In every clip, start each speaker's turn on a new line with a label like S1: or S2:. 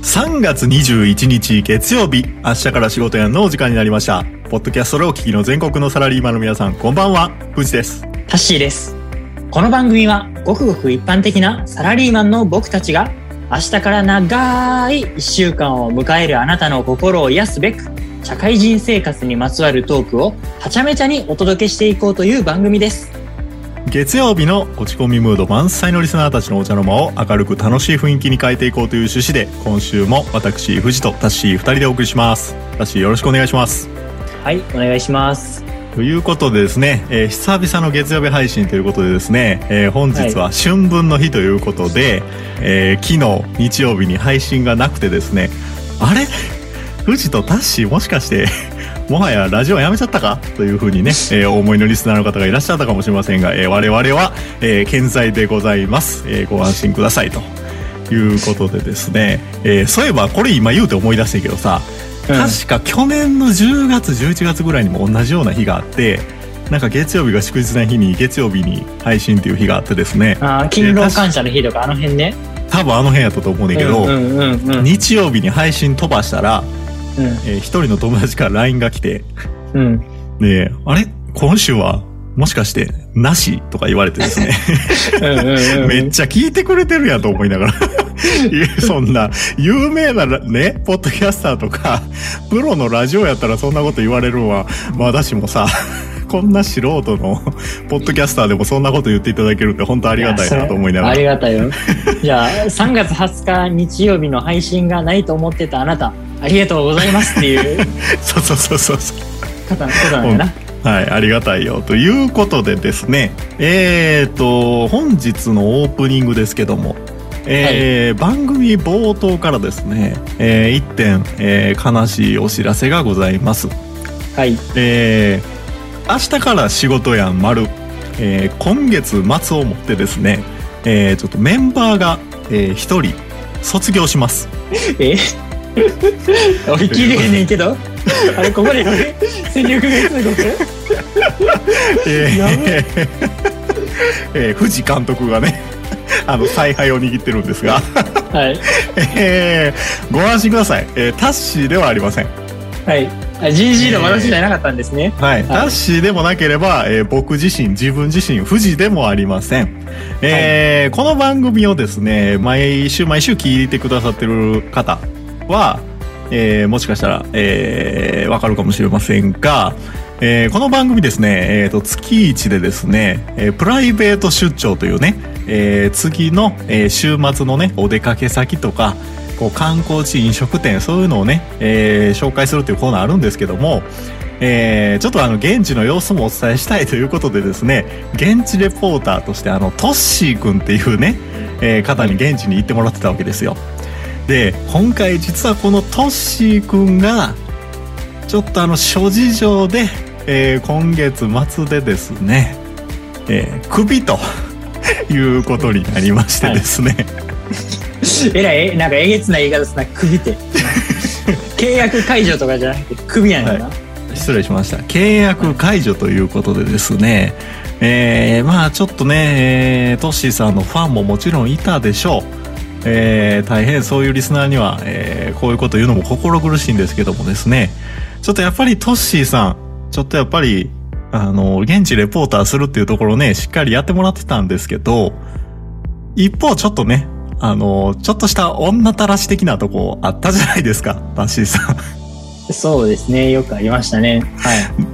S1: 3月21日月曜日、明日から仕事やんのお時間になりました。ポッドキャストでお聞きの全国のサラリーマンの皆さん、こんばんは。藤です。
S2: タッシーです。この番組はごくごく一般的なサラリーマンの僕たちが明日から長い1週間を迎えるあなたの心を癒すべく、社会人生活にまつわるトークをはちゃめちゃにお届けしていこうという番組です。
S1: 月曜日の落ち込みムード満載のリスナーたちのお茶の間を明るく楽しい雰囲気に変えていこうという趣旨で、今週も私藤とタッシー2人でお送りします。タッシーよろしくお願いします。
S2: はい、お願いします。
S1: ということでですね、久々の月曜日配信ということでですね、本日は春分の日ということで、昨日日曜日に配信がなくてですね、あれ藤とタッシーもしかしてもはやラジオやめちゃったかというふうにね、お思いのリスナーの方がいらっしゃったかもしれませんが、我々は、健在でございます。ご安心くださいということでですね、そういえばこれ今言うて思い出したけどさ、確か去年の10月11月ぐらいにも同じような日があって、なんか月曜日が祝日な日に月曜日に配信っていう日があってですね、
S2: 勤労感謝の日とかあの辺ね、
S1: 多分あの辺やったと思うねんだけど、日曜日に配信飛ばしたら、一人の友達から LINE が来て、で、あれ今週はもしかしてなしとか言われてですねめっちゃ聞いてくれてるやんと思いながらそんな有名なねポッドキャスターとかプロのラジオやったらそんなこと言われるんはまだしもさ、こんな素人のポッドキャスターでもそんなこと言っていただけるって本当ありがたいなと思いながら。
S2: ありがたいよ。じゃあ3月20日日曜日の配信がないと思ってたあなた、ありがとうございますっていう
S1: そう
S2: 方なんだな。
S1: はい、ありがたいよということでですね、本日のオープニングですけども、番組冒頭からですね、一点、悲しいお知らせがございます。
S2: はい。
S1: 明日から仕事やん丸、今月末をもってですね、ちょっとメンバーが一人卒業します。
S2: 俺聞いてへんねんけどあれここで戦力外通
S1: 告藤監督がね采配を握ってるんですが
S2: はい、
S1: ご安心ください、タッシーではありません。
S2: はい、GG の私じゃなかったんですね。
S1: はい、タッシーでもなければ、僕自身自分自身藤でもありません。この番組をですね毎週聞いてくださってる方は、もしかしたら、わかるかもしれませんが、この番組ですね、月1でですね、プライベート出張というね、次の、週末のねお出かけ先とかこう観光地飲食店そういうのをね、紹介するというコーナーあるんですけども、ちょっと現地の様子もお伝えしたいということでですね、現地レポーターとしてトッシーくんっていうね、方に現地に行ってもらってたわけですよ。で、今回実はこのトッシーくんがちょっと諸事情で、今月末でですね、クビということになりましてですね、
S2: えらいなんかえげつない言い方すな、クビって契約解除とかじゃなくてクビやねんな、
S1: 失礼しました。契約解除ということでですね、まあちょっとね、トッシーさんのファンももちろんいたでしょう。大変そういうリスナーには、こういうこと言うのも心苦しいんですけどもですね、ちょっとやっぱりトッシーさんちょっとやっぱり現地レポーターするっていうところねしっかりやってもらってたんですけど、一方ちょっとねちょっとした女たらし的なとこあったじゃないですか、トッシーさん。
S2: そうですね、よくありましたね。はい。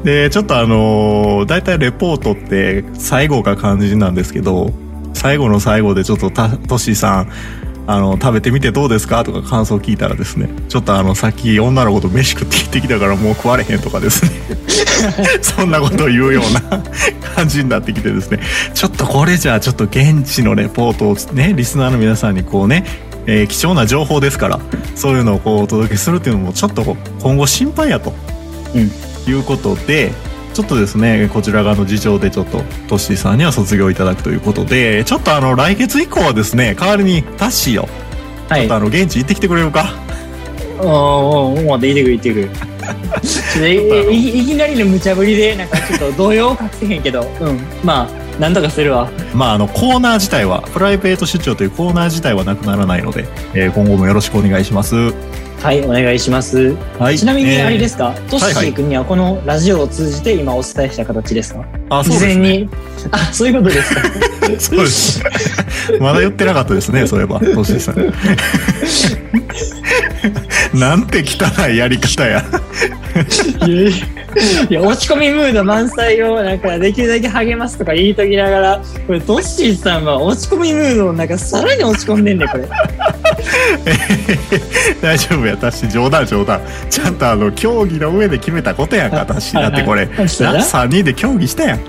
S1: でちょっとだいたいレポートって最後が肝心なんですけど、最後の最後でちょっとトッシーさん食べてみてどうですかとか感想聞いたらですね、ちょっとさっき女の子と飯食って行ってきたからもう食われへんとかですねそんなことを言うような感じになってきてですね、ちょっとこれじゃあちょっと現地のレポートをねリスナーの皆さんにこうね、貴重な情報ですからそういうのをこうお届けするっていうのもちょっと今後心配やと、いうことでちょっとですねこちら側の事情でちょっとトッシーさんには卒業いただくということで、ちょっと来月以降はですね代わりにタッシーをちょっと現地行ってきてくれるか。
S2: もう行ってくるいきなりの無茶ぶりでなんかちょっと動揺を隠せへんけど、まあなんとかするわ。
S1: まあコーナー自体は、プライベート出張というコーナー自体はなくならないので、今後もよろしくお願いします。
S2: はい、お願いします。はい、ちなみにあれですか、トッシー君にはこのラジオを通じて今お伝えした形ですか？あ、そうですね。事前に。あ、そういうことですか。
S1: そうです。まだ言ってなかったですね、そういえば、トッシーさん。なんて汚いやり方や。
S2: いや、落ち込みムード満載をなんかできるだけ励ますとか言いときながら、これトッシーさんは落ち込みムードをなんかさらに落ち込んでんねこれ。
S1: 大丈夫や、私冗談。ちゃんと競技の上で決めたことやんか、私。だってこれ、3人で協議したやん。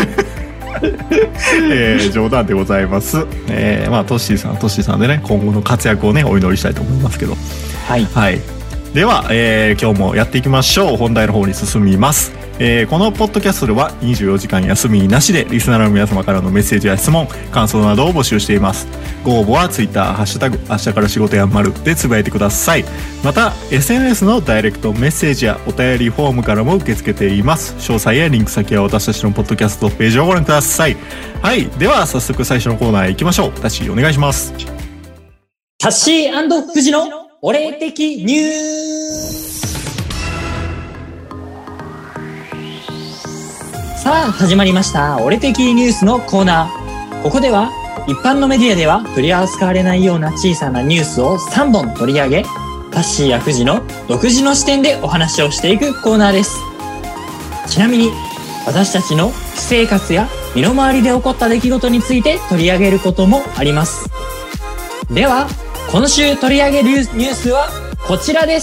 S1: 冗談でございます。まあトッシーさんでね、今後の活躍をねお祈りしたいと思いますけど。はい。はい。では、今日もやっていきましょう。本題の方に進みます。このポッドキャストでは24時間休みなしでリスナーの皆様からのメッセージや質問、感想などを募集しています。ご応募はツイッターハッシュタグ明日から仕事やんまるでつぶやいてください。また SNS のダイレクトメッセージやお便りフォームからも受け付けています。詳細やリンク先は私たちのポッドキャストページをご覧ください。はい、では早速最初のコーナーへ行きましょう。タッシーお願いします。
S2: タッシー&フジの俺的ニュース。さあ始まりました俺的ニュースのコーナー。ここでは一般のメディアでは取り扱われないような小さなニュースを3本取り上げ、タッシーやフジの独自の視点でお話をしていくコーナーです。ちなみに私たちの私生活や身の回りで起こった出来事について取り上げることもあります。では今週取り上げるニュースはこちらです。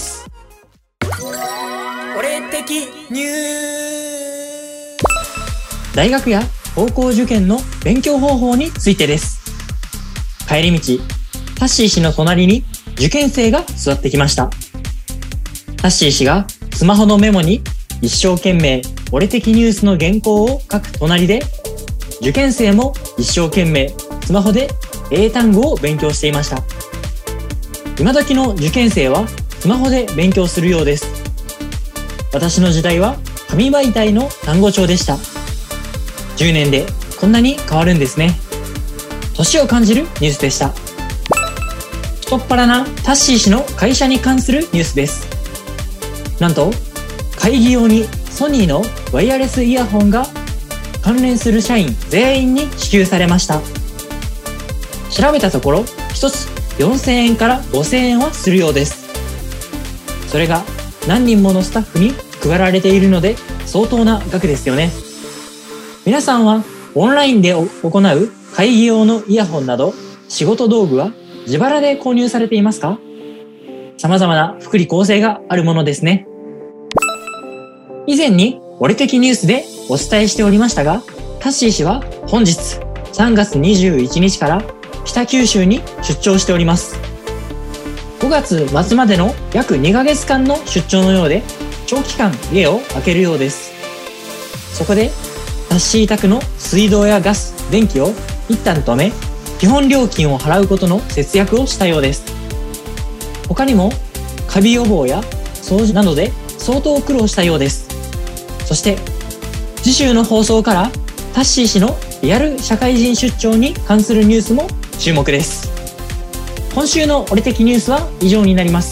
S2: 俺的ニュース。大学や高校受験の勉強方法についてです。帰り道、タッシー氏の隣に受験生が座ってきました。タッシー氏がスマホのメモに一生懸命俺的ニュースの原稿を書く隣で、受験生も一生懸命スマホで英単語を勉強していました。今時の受験生はスマホで勉強するようです。私の時代は紙媒体の単語帳でした。10年でこんなに変わるんですね。年を感じるニュースでした。太っ腹なタッシー氏の会社に関するニュースです。なんと会議用にソニーのワイヤレスイヤホンが関連する社員全員に支給されました。調べたところ1つ4000円から5000円はするようです。それが何人ものスタッフに配られているので相当な額ですよね。皆さんはオンラインで行う会議用のイヤホンなど仕事道具は自腹で購入されていますか？様々な福利厚生があるものですね。以前に俺的ニュースでお伝えしておりましたが、タッシー氏は本日3月21日から北九州に出張しております。5月末までの約2ヶ月間の出張のようで、長期間家を空けるようです。そこでタッシー宅の水道やガス、電気を一旦止め、基本料金を払うことの節約をしたようです。他にもカビ予防や掃除などで相当苦労したようです。そして次週の放送からタッシー氏のリアル社会人出張に関するニュースも注目です。今週の俺的ニュースは以上になります。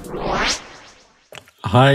S1: はい、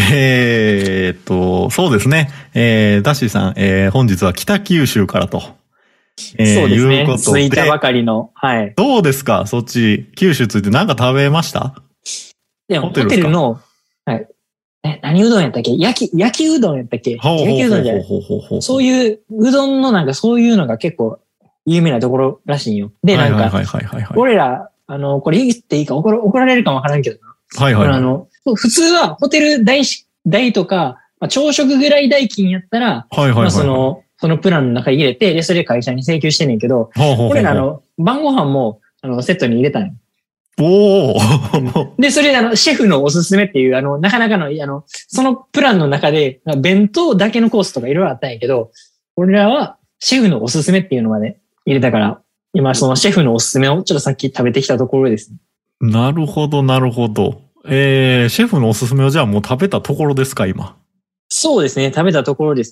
S1: そうですね。ダッシーさん、本日は北九州からと。そう
S2: ですね。いうことで。着いたばかりの。はい。
S1: どうですかそっち、九州着いて何か食べました？
S2: でも、ホテルの、はい。何うどんやったっけ？焼きうどんやったっけ？焼きうどんじゃない。そういう、うどんのなんかそういうのが結構有名なところらしいんよ。で、なんか、俺ら、これ言っていいか怒られるかもわからんけどな。はいはい。普通はホテル代とか、朝食ぐらい代金やったら、そのプランの中に入れて、で、それ会社に請求してんねんけど、俺ら晩ご飯も、セットに入れたんよ。
S1: おー。
S2: で、それシェフのおすすめっていう、なかなかの、そのプランの中で、弁当だけのコースとかいろいろあったんやけど、俺らはシェフのおすすめっていうのまで入れたから、今そのシェフのおすすめをちょっとさっき食べてきたところですね。
S1: なるほど、なるほど。シェフのおすすめをじゃあもう食べたところですか、今。
S2: そうですね、食べたところですね。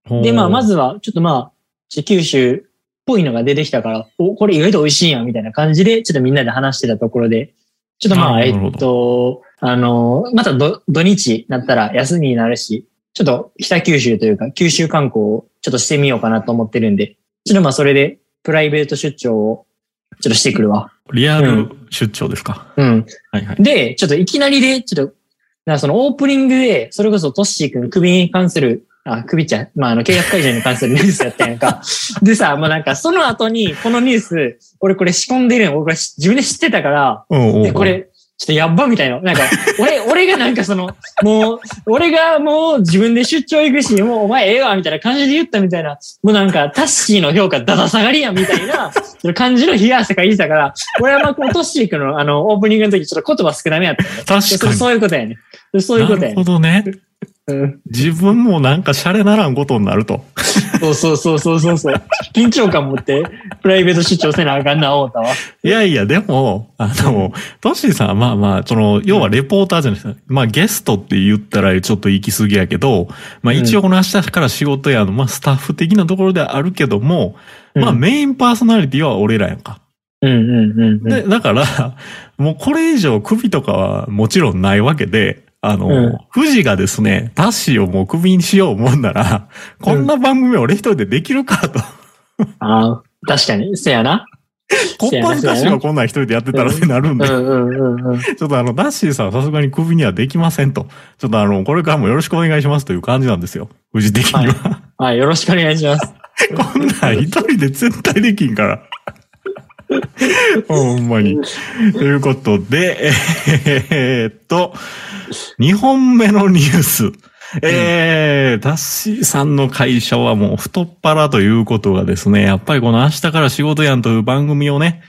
S2: で、まあ、まずは、ちょっとまあ、九州っぽいのが出てきたから、これ意外と美味しいやん、みたいな感じで、ちょっとみんなで話してたところで、ちょっとまあ、また土日になったら休みになるし、ちょっと北九州というか、九州観光をちょっとしてみようかなと思ってるんで、ちょっとまあ、それで、プライベート出張を、ちょっとしてくるわ。
S1: リアル出張ですか。
S2: うん。
S1: はいはい。
S2: で、ちょっといきなりで、ちょっと、そのオープニングで、それこそトッシー君首に関する、首ちゃん、まあ、契約解除に関するニュースやったやんか。でさ、まあなんか、その後に、このニュース、俺これ仕込んでるの、俺これ自分で知ってたから、で、これ、ちょっとやっばみたいな。なんか、俺がなんか俺がもう自分で出張行くし、もうお前ええわ、みたいな感じで言ったみたいな、もうなんか、タッシーの評価だだ下がりやん、みたいな、感じの冷や汗かいてたから、俺はまあ、このトッシー君のオープニングの時、ちょっと言葉少なめやった、ね。
S1: 確かに。
S2: そういうことやね。そういうことやね。
S1: なるほどね。自分もなんかシャレならんことになると。
S2: そう。緊張感持って、プライベート出張せなあかんな、思ったわ。
S1: いやいや、でも、トッシーさんはまあまあ、要はレポーターじゃないですか。まあゲストって言ったらちょっと行き過ぎやけど、まあ一応この明日から仕事やまあスタッフ的なところではあるけども、まあメインパーソナリティは俺らやんか。で、だから、もうこれ以上首とかはもちろんないわけで、富士がですね、タッシーをもう首にしよう思うんなら、こんな番組俺一人でできるかと。
S2: ああ、確かに、せやな。
S1: こっぱずかしはこんなん一人でやってたらってなるんで。ちょっとダッシーさんはさすがに首にはできませんと。ちょっとこれからもよろしくお願いしますという感じなんですよ。富士的には。
S2: はい、よろしくお願いします。
S1: こんなん一人で絶対できんから。ほんまに。ということで、2本目のニュース。タッシーさんの会社はもう太っ腹ということがですね、やっぱりこの明日から仕事やんという番組をね、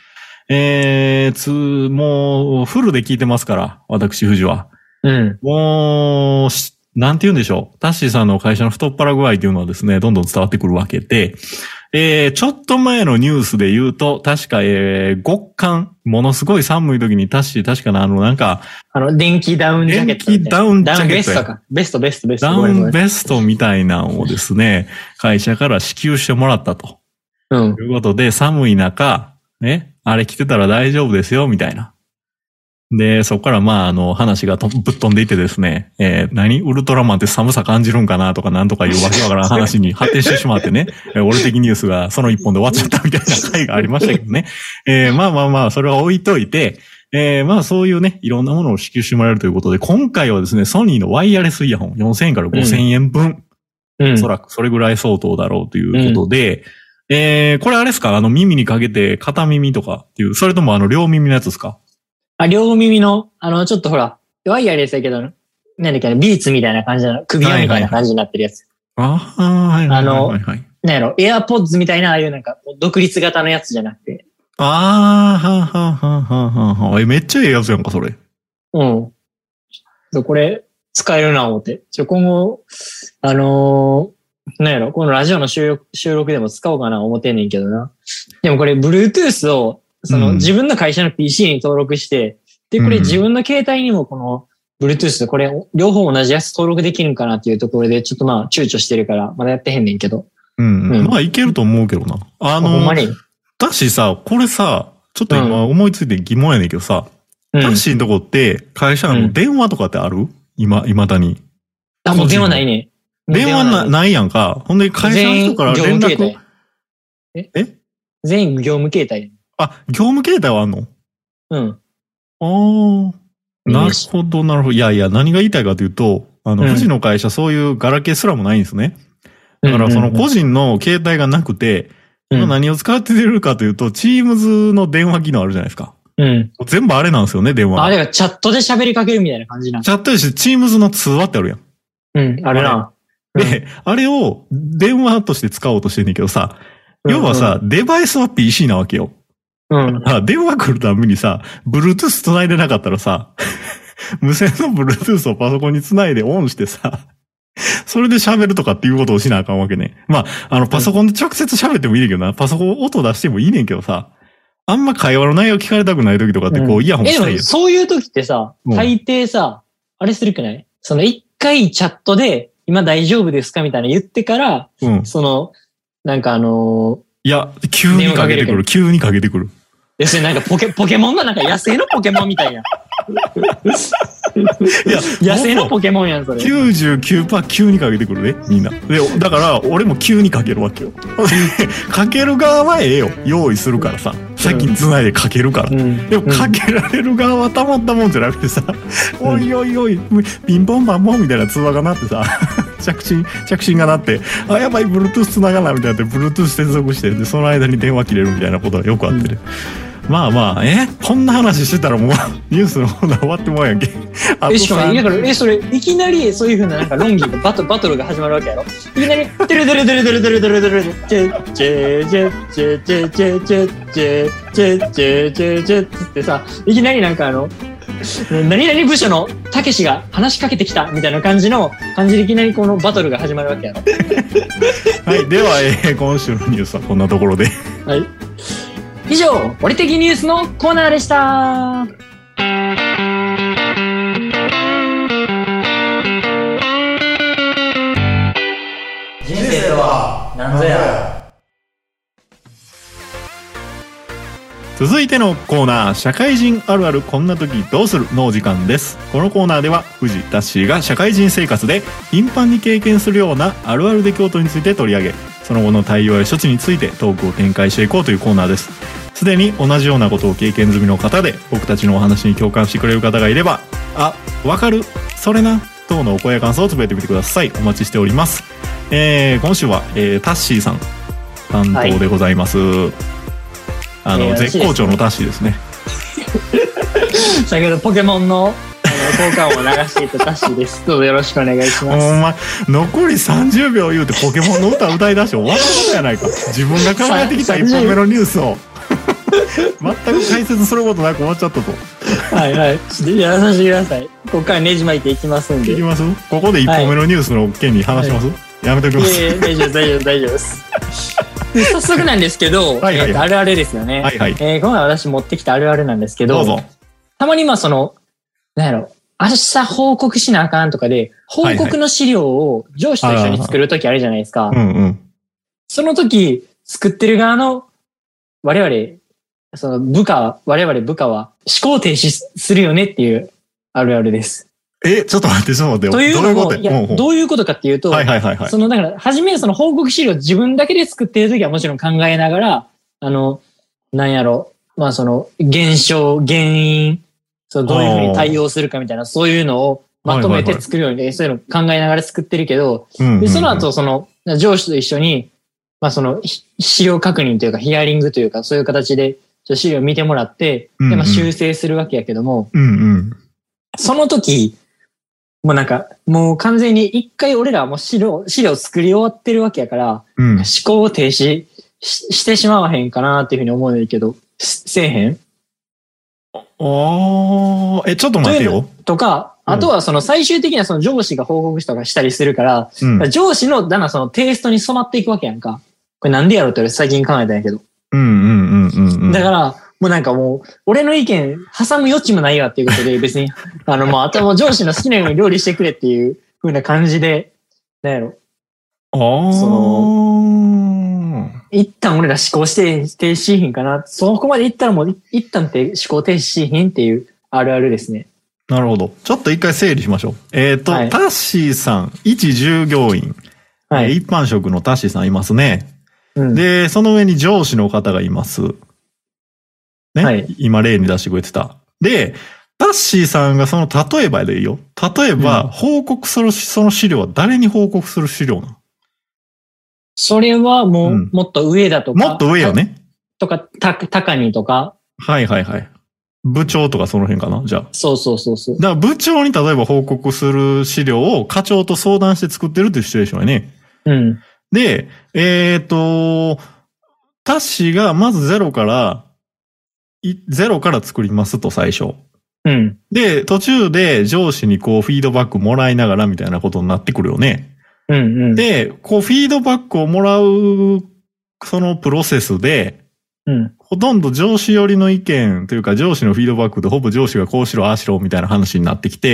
S1: もうフルで聞いてますから、私富士は。もう、なんて言うんでしょう。タッシーさんの会社の太っ腹具合というのはですね、どんどん伝わってくるわけで、ちょっと前のニュースで言うと、確か、極寒、ものすごい寒い時にタッシー、確かなんか、
S2: 電気ダウンジャケット。
S1: 電気ダウンジャケット。
S2: ベストか。ベスト。
S1: ダウンベストみたいなのをですね、会社から支給してもらったと。ということで、寒い中、ね、あれ着てたら大丈夫ですよ、みたいな。で、そこからまあ、話がぶっ飛んでいてですね、ウルトラマンって寒さ感じるんかなとかなんとかいうわけわからん話に発展してしまってね、俺的ニュースがその一本で終わっちゃったみたいな回がありましたけどね。まあ、それは置いといて、まあそういうね、いろんなものを支給してもらえるということで、今回はですね、ソニーのワイヤレスイヤホン4000円から5000円分、おそらくそれぐらい相当だろうということで、これあれですか耳にかけて片耳とかっていう、それとも両耳のやつですか？
S2: 両耳の、ちょっとほら、ワイヤレスやけど、なんだっけ、ビーツみたいな感じの、首輪みたいな感じになってるやつ。
S1: はい。
S2: なんやろ、エアポッズみたいな、ああいうなんか、独立型のやつじゃなくて。
S1: めっちゃええやつやんか、それ。
S2: これ、使えるな、思って。今後、なんやろ、このラジオの収録でも使おうかな、思ってんねんけどな。でもこれ、Bluetooth を、自分の会社の PC に登録して、で、これ自分の携帯にもこの Bluetooth でこれ両方同じやつ登録できるんかなっていうところでちょっとまあ躊躇してるからまだやってへんねんけど。
S1: まあいけると思うけどな。
S2: ほんまに。
S1: だしさ、これさ、ちょっと今思いついて疑問やねんけどさ、タッシーのとこって会社の電話とかってある？未だに。
S2: もう電話ないね。
S1: 電話ないやんか。ほんで会社の人から連絡。
S2: 全員業務携帯。
S1: 業務携帯はあんの？なるほど、なるほど。いや、何が言いたいかというと、富士の会社そういうガラケーすらもないんですね。だからその個人の携帯がなくて、何を使ってるかというと、Teams の電話機能あるじゃないですか。全部あれなんですよね、電話。
S2: あれがチャットで喋りかけるみたいな感じなん。
S1: チャットでして Teams の通話ってあるやん。
S2: あれな。
S1: で、あれを電話として使おうとしてんねんけどさ、要はさ、デバイスは PC なわけよ。電話来るたびにさ、Bluetooth 繋いでなかったらさ、無線の Bluetooth をパソコンに繋いでオンしてさ、それで喋るとかっていうことをしなあかんわけね。まあ、パソコンで直接喋ってもいいねんけどな。パソコン音出してもいいねんけどさ、あんま会話の内容聞かれたくない時とかってこうイヤホンしたいやん。
S2: そういう時ってさ、大抵さ、あれするくない？一回チャットで、 今大丈夫ですかみたいな言ってから、
S1: うん。
S2: なんか
S1: いや、急にかけてくる。急にかけてくる。
S2: で、それなんかポケモンがなんか野生のポケモンみたいな。いや、野生のポケモンやん、それ。
S1: 99% 急にかけてくるね、みんな。で、だから、俺も急にかけるわけよ。かける側はええよ。用意するからさ。先に繋いでかけるから。でも、かけられる側はたまったもんじゃなくてさ、おいおいおい、ピンポンパンポンみたいな通話が鳴ってさ、着信が鳴って、あ、やばい、Bluetooth 繋がないみたいになって、Bluetooth 接続して、で、その間に電話切れるみたいなことがよくあってね。まあまあ、こんな話してたらもうニュースのコーナー終わってもうやんけ。
S2: しかも、だから、それ、いきなりそういう風ななんか論議がバトルが始まるわけやろ。いきなり、ドゥルドゥルドゥルドゥルドゥルドゥルドゥルドゥル、チェチェチェチェチェチェチェチェチェチェチェチェつってさ、いきなりなんか何々部署のたけしが話しかけてきたみたいな感じでいきなりこのバトルが始まるわけやろ。
S1: はい、では、今週のニュースはこんなところで。
S2: はい。以上、俺的ニュースのコーナーでした。人生とは何ぞや。
S1: 続いてのコーナー、社会人あるあるこんな時どうするのお時間です。このコーナーでは藤田氏が社会人生活で頻繁に経験するようなあるある出来事について取り上げ、その後の対応や処置についてトークを展開していこうというコーナーです。すでに同じようなことを経験済みの方で僕たちのお話に共感してくれる方がいれば、あ、わかる、それな等のお声や感想をつぶやいてみてください。お待ちしております。今週は、タッシーさん担当でございます。絶好調のタッシーですね。
S2: 先ほどポケモンの効果音を流していたタッシーです。どうぞよろしくお願いします。
S1: お前残り30秒言うてポケモンの歌歌い出して終わったことやないか。自分が考えてきた1本目のニュースを全く解説することなく終わっちゃったと。
S2: はいはい。やらさせてください。ここからねじ巻いていきますんで。
S1: いきます？ここで1本目のニュースの件に話します？やめておきます。
S2: いや大丈夫です。早速なんですけど、あるあるですよね。
S1: はいはい。
S2: 今回私持ってきたあるあるなんですけど、
S1: どうぞ。
S2: たまになんやろ、明日報告しなあかんとかで、報告の資料を上司と一緒に作るときあるじゃないですか。その時、作ってる側の我々部下は思考停止するよねっていうあるあるです。
S1: ちょっと待って。
S2: というのも、どういうことかっていうと、だから、初め報告資料自分だけで作ってるときはもちろん考えながら、なんやろ、現象、原因、どういうふうに対応するかみたいな、そういうのをまとめて作るように、そういうの考えながら作ってるけど、で、その後、上司と一緒に、資料確認というか、ヒアリングというか、そういう形で、資料を見てもらって、で、修正するわけやけども、その時、もう完全に一回俺らはもう資料作り終わってるわけやから、思考を停止してしまわへんかなっていうふうに思うんだけど、せえへん？
S1: ちょっと待ってよ。
S2: とか、あとは最終的には上司が報告とかしたりするから、上司のテイストに染まっていくわけやんか。これなんでやろうって俺最近考えたんやけど。だから、もう、俺の意見挟む余地もないわっていうことで、別に、頭上司の好きなように料理してくれっていう風な感じで、なんやろ。一旦俺ら思考停止しひんかな。そこまでいったらもう、一旦って思考停止しひんっていうあるあるですね。
S1: なるほど。ちょっと一回整理しましょう。タッシーさん、一従業員。一般職のタッシーさんいますね。で、その上に上司の方がいます。ね、今例に出してくれてた。で、タッシーさんが例えばでいいよ。例えば、報告する、その資料は誰に報告する資料なの？
S2: それはもう、もっと上だとか。
S1: もっと上よね。
S2: とか、高にとか。
S1: 部長とかその辺かな？じゃあ。
S2: そう。
S1: だから部長に例えば報告する資料を課長と相談して作ってるっていうシチュエーションやね。で、タッシーがまずゼロから作りますと最初。で、途中で上司にフィードバックもらいながらみたいなことになってくるよね。で、フィードバックをもらう、そのプロセスで、ほとんど上司寄りの意見というか上司のフィードバックでほぼ上司がこうしろああしろみたいな話になってきて、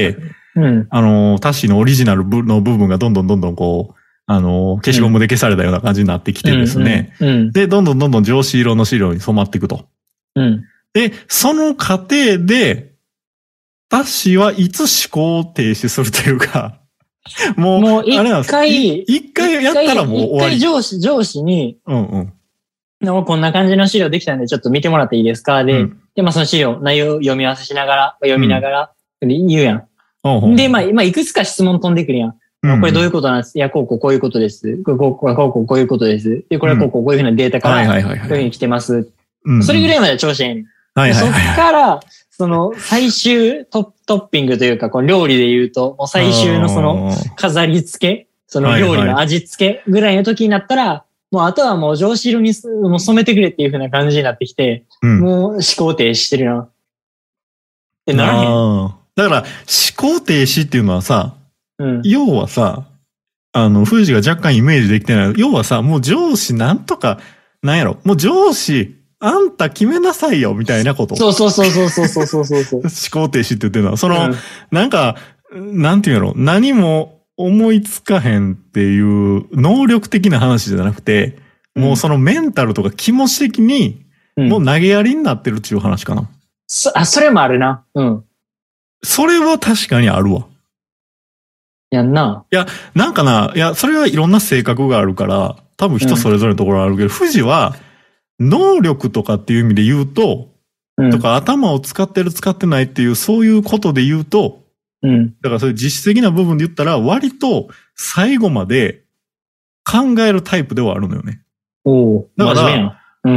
S2: うん。
S1: タッシーのオリジナルの部分がどんどんこう、消しゴムで消されたような感じになってきてですね。で、どんどん上司色の資料に染まっていくと。
S2: うん。
S1: で、その過程で、タッシーはいつ思考停止するというか、もうあれなんです一回やったらもう終わり。
S2: 一回上司に、
S1: こ
S2: んな感じの資料できたんでちょっと見てもらっていいですかで、で、まあその資料、内容読み合わせしながら、読みながら、言うやん。で、まあ今いくつか質問飛んでくるやん。これどういうことなんですいや、こういうことです。こういうことです。で、これはこういうふうなデータから、こういうふうに来てます。それぐらいまで調子ええねん。そっから、最終トッピングというか、この料理で言うと、もう最終の飾り付け、料理の味付けぐらいの時になったら、もうあとはもう上司色にもう染めてくれっていう風な感じになってきて、もう思考停止してるな。ってならへん。
S1: だから、思考停止っていうのはさ、要はさ、富士が若干イメージできてない。要はさ、もう上司なんとか、なんやろ、もう上司、あんた決めなさいよ、みたいなこと。
S2: そう。思考停
S1: 止って言ってるのは、なんか、なんていうの、何も思いつかへんっていう能力的な話じゃなくて、もうそのメンタルとか気持ち的に、もう投げやりになってるっていう話かな。
S2: それもあるな。
S1: それは確かにあるわ。
S2: やんな。
S1: いや、なんかな、いや、それはいろんな性格があるから、多分人それぞれのところあるけど、富士は、能力とかっていう意味で言うと、とか頭を使ってる使ってないっていう、そういうことで言うと、だからそういう実質的な部分で言ったら、割と最後まで考えるタイプではあるのよね。だから、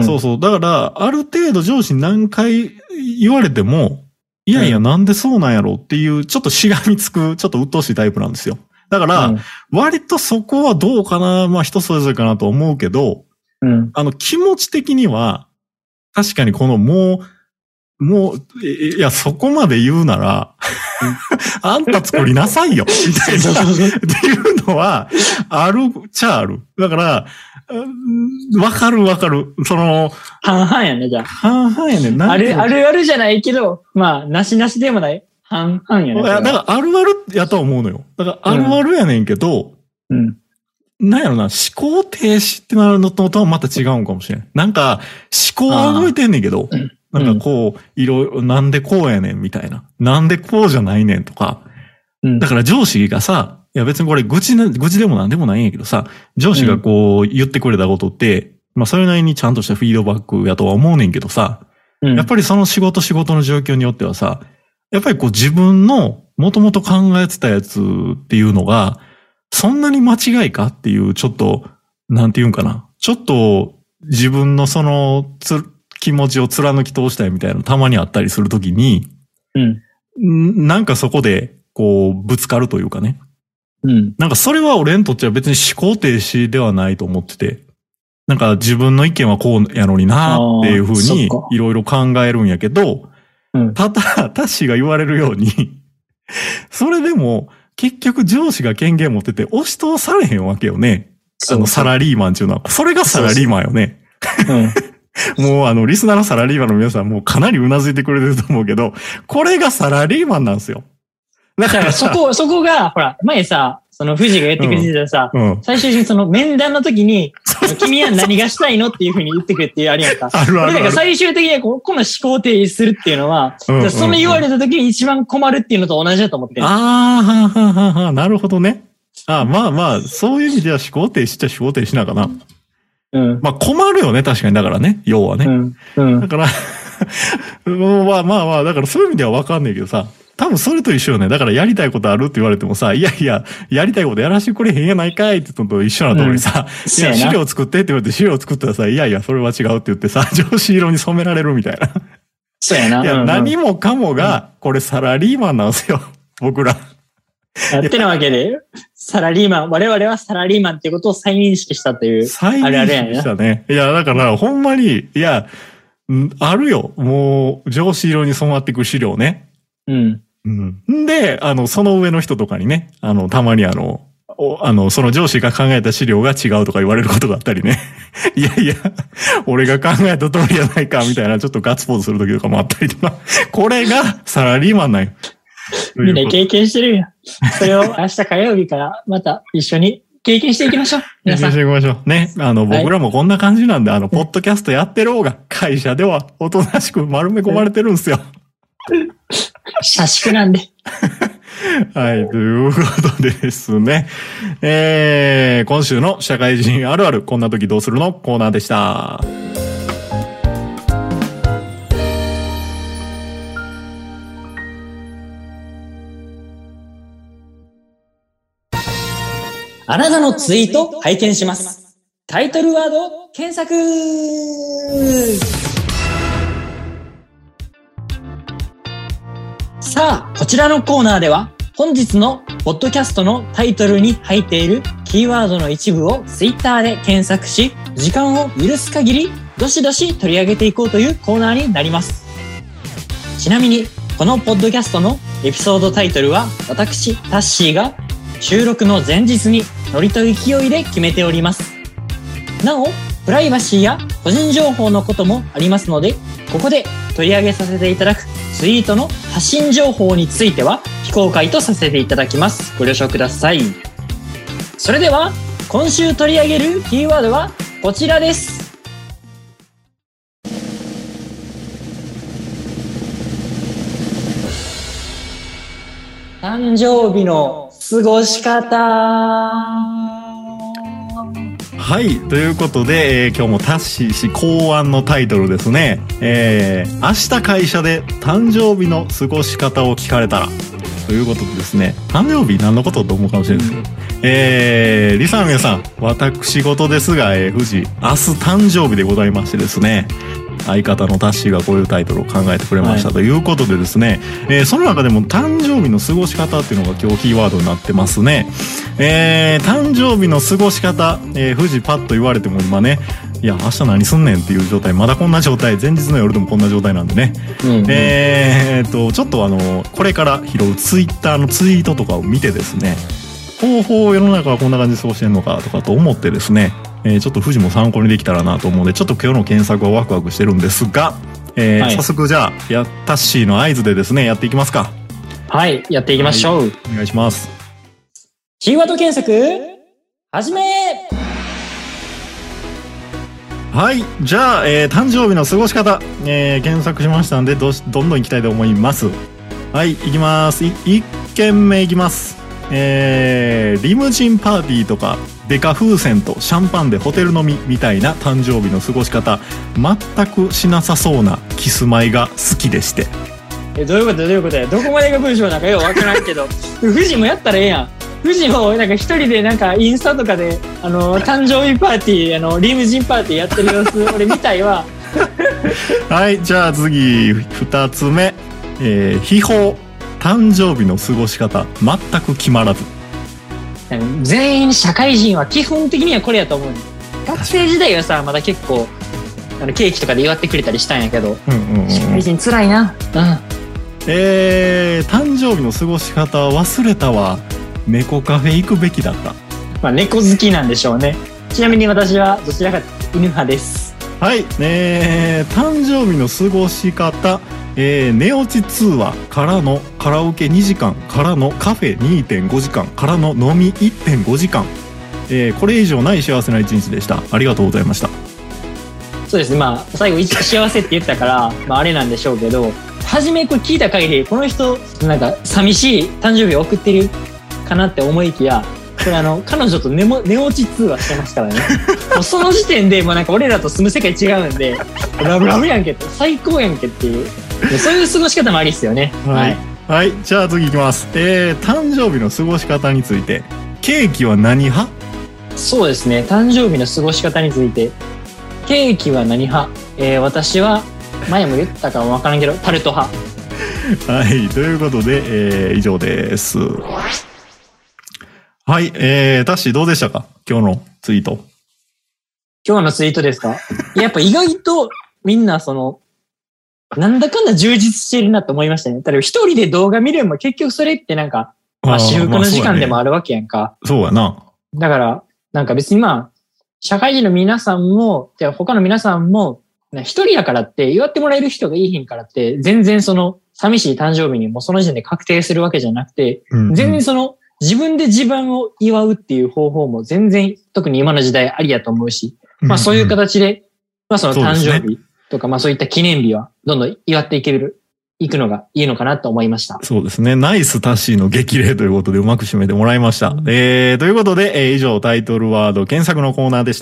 S1: そう。だから、ある程度上司に何回言われても、いやいや、なんでそうなんやろうっていう、ちょっとしがみつく、ちょっと鬱陶しいタイプなんですよ。だから、割とそこはどうかな、まあ人それぞれかなと思うけど、気持ち的には、確かにもう、いや、そこまで言うなら、あんた作りなさいよみたいな、っていうのは、あるっちゃある。だから、わかる。
S2: 半々やね、じゃあ。
S1: 半々やね。
S2: あるじゃないけど、まあ、なしでもない。半々やね。
S1: だからあるやと思うのよ。だからあるやねんけど、なんやろな、思考停止ってなるのとはまた違うんかもしれん。なんか、思考は動いてんねんけど、なんかこう、なんでこうやねんみたいな。なんでこうじゃないねんとか。だから上司がさ、いや別にこれ愚痴でもなんでもないんやけどさ、上司がこう言ってくれたことって、まあそれなりにちゃんとしたフィードバックやとは思うねんけどさ、やっぱりその仕事の状況によってはさ、やっぱりこう自分の元々考えてたやつっていうのが、そんなに間違いかっていう、ちょっと、なんていうんかな。ちょっと自分のその気持ちを貫き通したいみたいなのたまにあったりするときに、なんかそこでこうぶつかるというかね。なんかそれは俺にとっては別に思考停止ではないと思ってて、なんか自分の意見はこうやのになっていうふうにいろいろ考えるんやけど、タッシーが言われるように、それでも結局上司が権限持ってて押し通されへんわけよね。サラリーマンっていうのは。それがサラリーマンよね。もうリスナーのサラリーマンの皆さんもうかなり頷いてくれてると思うけど、これがサラリーマンなんですよ。
S2: だからそこが、ほら、前さ、富士が言ってくれてたさ、最終的に面談の時に、君は何がしたいのっていう風に言ってくれってあるやんか。だから最終的にこの思考停止するっていうのは、その言われた時に一番困るっていうのと同じだと思ってる。
S1: なるほどね。まあ、そういう意味では思考停止っちゃ思考停止なのかな。まあ困るよね、確かに。だからね、要はね。だから、まあ、だからそういう意味ではわかんないけどさ、多分それと一緒よね。だからやりたいことあるって言われてもさ、いや、やりたいことやらしてくれへんやないかいって言うのと一緒なところにさ、いや、資料作ってって言われて資料作ったらさ、いや、それは違うって言ってさ、上司色に染められるみたいな。
S2: そうやな。
S1: いや、何もかもが、これサラリーマンなんですよ。僕ら。
S2: ってなわけで、我々はサラリーマンっていうことを再認識したという。
S1: 再認識したね。いや、だから、ほんまに、いや、あるよ。もう、上司色に染まっていく資料ね。で、その上の人とかにね、たまにその上司が考えた資料が違うとか言われることがあったりね。いや、俺が考えた通りやないか、みたいな、ちょっとガッツポーズする時とかもあったりとか。これがサラリーマンなんよ。
S2: みんな経験してるやん。それを明日火曜日からまた一緒に経験していきましょう。皆さん。
S1: 経験していきましょう。ね。僕らもこんな感じなんで、ポッドキャストやってる方が会社ではおとなしく丸め込まれてるんですよ。
S2: 社畜なんで。
S1: はい、ということでですね。今週の社会人あるある、こんな時どうするのコーナーでした。
S2: あなたのツイート拝見します。タイトルワード検索。さあ、こちらのコーナーでは本日のポッドキャストのタイトルに入っているキーワードの一部をツイッターで検索し、時間を許す限りどしどし取り上げていこうというコーナーになります。ちなみにこのポッドキャストのエピソードタイトルは私タッシーが収録の前日にノリと勢いで決めております。なお、プライバシーや個人情報のこともありますので、ここで取り上げさせていただくツイートの発信情報については非公開とさせていただきます。ご了承ください。それでは、今週取り上げるキーワードはこちらです。誕生日の過ごし方。
S1: はい。ということで、今日もタッシー氏考案のタイトルですね。明日会社で誕生日の過ごし方を聞かれたら。ということでですね、誕生日何のことと思うかもしれないですけど、リサの皆さん、私事ですが、富士、明日誕生日でございましてですね、相方のタッシーがこういうタイトルを考えてくれましたということでですね、その中でも誕生日の過ごし方っていうのが今日キーワードになってますね。誕生日の過ごし方、富士パッと言われても今ね、いや明日何すんねんっていう状態、まだこんな状態、前日の夜でもこんな状態なんでね、ちょっとこれから拾うツイッターのツイートとかを見てですね、世の中はこんな感じで過ごしてんのかとかと思ってですね、ちょっと富士も参考にできたらなと思うので、ちょっと今日の検索はワクワクしてるんですが、はい、早速じゃあタッシーの合図でですねやっていきますか。
S2: はい、やっていきましょう。
S1: はい、お願いします。
S2: キーワード検索始め。
S1: はい、じゃあ、誕生日の過ごし方、検索しましたんでどんどんいきたいと思います。はい、いきます。1件目いきます。リムジンパーティーとかデカ風船とシャンパンでホテル飲みみたいな誕生日の過ごし方、全くしなさそうなキスマイが好きでして。
S2: どういうことや。どこまでが文章なんかようわからんけど富士もやったらええやん。富士もなんか一人でなんかインスタとかで誕生日パーティーリムジンパーティーやってる様子俺見たいわ。
S1: はい、じゃあ次2つ目、秘宝誕生日の過ごし方全く決まらず。
S2: 全員社会人は基本的にはこれやと思う。学生時代はさまだ結構ケーキとかで祝ってくれたりしたんやけど、社会人つらいな。
S1: 誕生日の過ごし方忘れたわ。猫カフェ行くべきだった。
S2: まあ猫好きなんでしょうね。ちなみに私はどちらか犬派です。
S1: はい、誕生日の過ごし方、寝落ち通話からのカラオケ2時間からのカフェ 2.5 時間からの飲み 1.5 時間、これ以上ない幸せな一日でした。ありがとうございました。
S2: そうですね、まあ最後幸せって言ったからまああれなんでしょうけど、初めこれ聞いた限りこの人なんか寂しい誕生日を送ってるかなって思いきや、これ彼女と寝落ち通話してますからね。もうその時点でもうなんか俺らと住む世界違うんでラブラブやんけって最高やんけっていう、そういう過ごし方もありっすよね。はい、はい、
S1: じゃあ次いきます。誕生日の過ごし方について、ケーキは何派？
S2: そうですね、誕生日の過ごし方についてケーキは何派、私は前も言ったかもわからんけどタルト派。
S1: はい、ということで、以上です。はい、タッシーどうでしたか？今日のツイート。
S2: 今日のツイートですか？やっぱ意外とみんななんだかんだ充実してるなと思いましたね。ただ一人で動画見れば結局それってなんか、まあ私服の時間でもあるわけやんか。
S1: そうやな。
S2: だから、なんか別にまあ、社会人の皆さんも、他の皆さんも、 一人やからって、祝ってもらえる人がいいひんからって、全然その、寂しい誕生日にもその時点で確定するわけじゃなくて、全然その、自分で自分を祝うっていう方法も全然、特に今の時代ありやと思うし、まあそういう形で、まあその誕生日とか、まあそういった記念日はどんどん祝っていくのがいいのかなと思いました。
S1: そうですね。ナイスタッシーの激励ということでうまく締めてもらいました。ということで、以上タイトルワード検索のコーナーでした。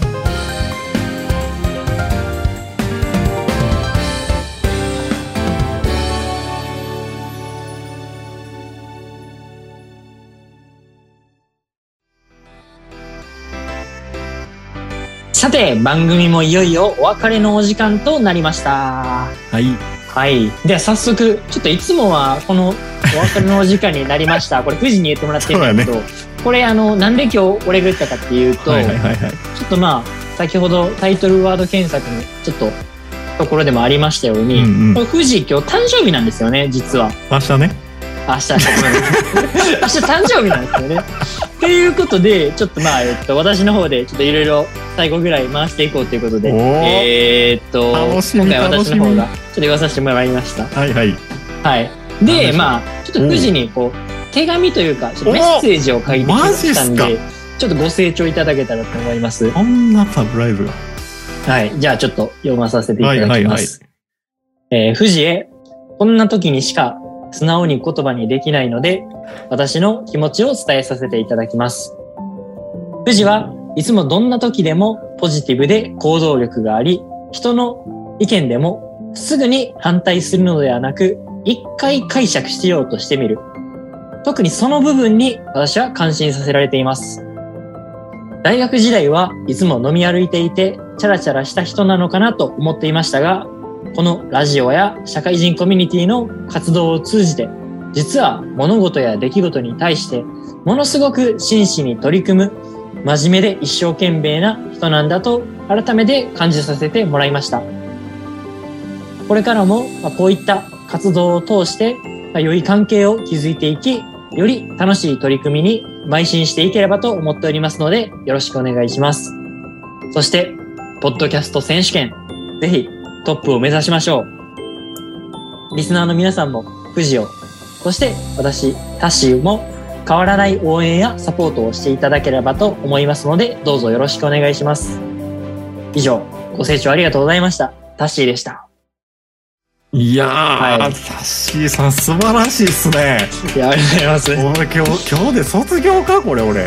S2: さて、番組もいよいよお別れのお時間となりました。
S1: はい。
S2: はい。では早速、ちょっといつもはこのお別れのお時間になりました。これ9時に言ってもらってるんだけど、これなんで今日俺が言ったかっていうと、ちょっとまあ、先ほどタイトルワード検索のちょっとところでもありましたように、これ富士今日誕生日なんですよね、実は。
S1: 明日ね。
S2: 明日誕生日なんですよね。ということで、ちょっとまあ、私の方でちょっといろいろ最後ぐらい回していこうということで、今回私の方がちょっと言わさせてもらいました。
S1: はいはい。
S2: はい。で、まあ、ちょっと富士にこう、手紙というか、メッセージを書いてきましたんで、ちょっとご清聴いただけたらと思います。
S1: こんなサプライズが。
S2: はい。じゃあちょっと読まさせていただきます。富士へ、こんな時にしか素直に言葉にできないので、私の気持ちを伝えさせていただきます。富士はいつもどんな時でもポジティブで行動力があり、人の意見でもすぐに反対するのではなく、一回解釈しようとしてみる。特にその部分に私は感心させられています。大学時代はいつも飲み歩いていて、チャラチャラした人なのかなと思っていましたが、このラジオや社会人コミュニティの活動を通じて、実は物事や出来事に対してものすごく真摯に取り組む真面目で一生懸命な人なんだと改めて感じさせてもらいました。これからもこういった活動を通して良い関係を築いていき、より楽しい取り組みに邁進していければと思っておりますので、よろしくお願いします。そして、ポッドキャスト選手権、ぜひトップを目指しましょう。リスナーの皆さんも富士を、そして私、タッシーも変わらない応援やサポートをしていただければと思いますので、どうぞよろしくお願いします。以上、ご清聴ありがとうございました。タッシーでした。
S1: いやー、タッシーさん素晴らしいっすね。
S2: いや、ありがとうございます。
S1: 俺今日で卒業かこれ俺。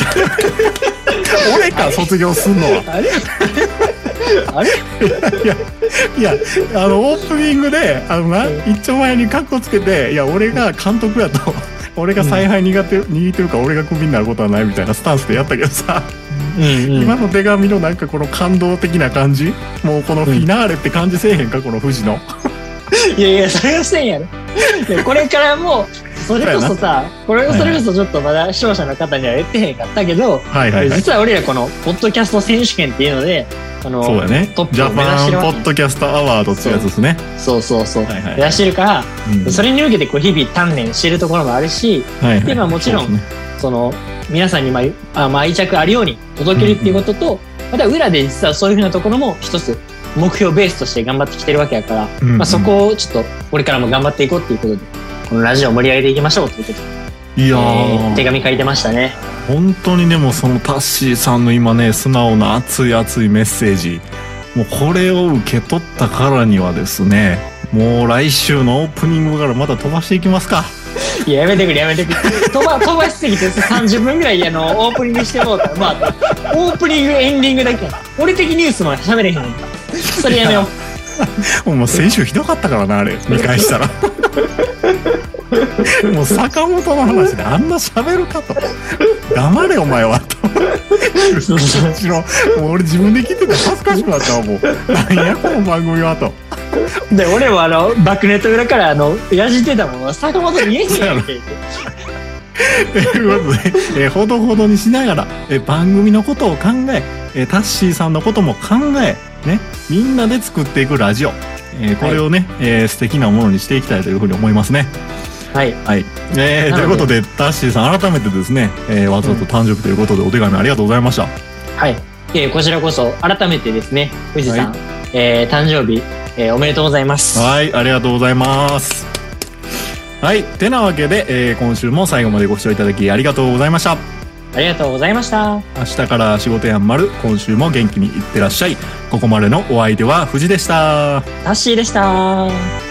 S1: 俺か卒業すんのは。
S2: あれ
S1: いやオープニングで一丁前にカッコつけて、いや俺が監督やと俺が采配握ってるから俺がクビになることはないみたいなスタンスでやったけどさ、今の手紙のなんかこの感動的な感じ、もうこのフィナーレって感じせえへんか、この富士の。
S2: いやいや、それはせんやろ。これからもそれこそさ、それこそちょっとまだ視聴者の方には言ってへんかったけど、実は俺らこのポッドキャスト選手権っていうので、
S1: そうやね、
S2: トップ
S1: ジャ
S2: を目指してるわけ。
S1: パンポッドキャストアワードってやつですね。
S2: そう目指してるから、それに向けてこう日々鍛錬してるところもあるし、でもちろんその皆さんに愛着あるように届けるっていうことと、また裏で実はそういうふうなところも一つ目標ベースとして頑張ってきてるわけやから、そこをちょっとこれからも頑張っていこうっていうことで、このラジオを盛り上げていきましょうということで、
S1: いやー、
S2: 手紙書いてましたね。
S1: 本当にでもそのタッシーさんの今ね、素直な熱いメッセージ、もうこれを受け取ったからにはですね、もう来週のオープニングからまた飛ばしていきますか。
S2: いや、やめてくれ飛ばしすぎて30分ぐらいオープニングしてもうたら、まあオープニングエンディングだけ俺的ニュースも喋れへんのか、それやめよ
S1: う。もう先週ひどかったからな、あれ見返したら。もう坂本の話であんな喋るかと。黙れお前はと。もう俺自分で聞いてて恥ずかしくなったわ。もう何やこの番組はと。
S2: で俺もバックネット裏からやじってたもん。坂本見えへんやんけ。
S1: ということで、ほどほどにしながら番組のことを考え、タッシーさんのことも考えね、みんなで作っていくラジオ、これをね、素敵なものにしていきたいというふうに思いますね。はい、ということでタッシーさん改めてですね、わざと誕生日ということでお手紙ありがとうございました。
S2: はい、こちらこそ改めてですね、富士さん、 誕生日、おめでとうございます。
S1: はい、ありがとうございます。はい、てなわけで、今週も最後までご視聴いただきありがとうございました。
S2: ありがとうございました。
S1: 明日から仕事やんまる、今週も元気にいってらっしゃい。ここまでのお相手は藤でした。
S2: タッシーでした。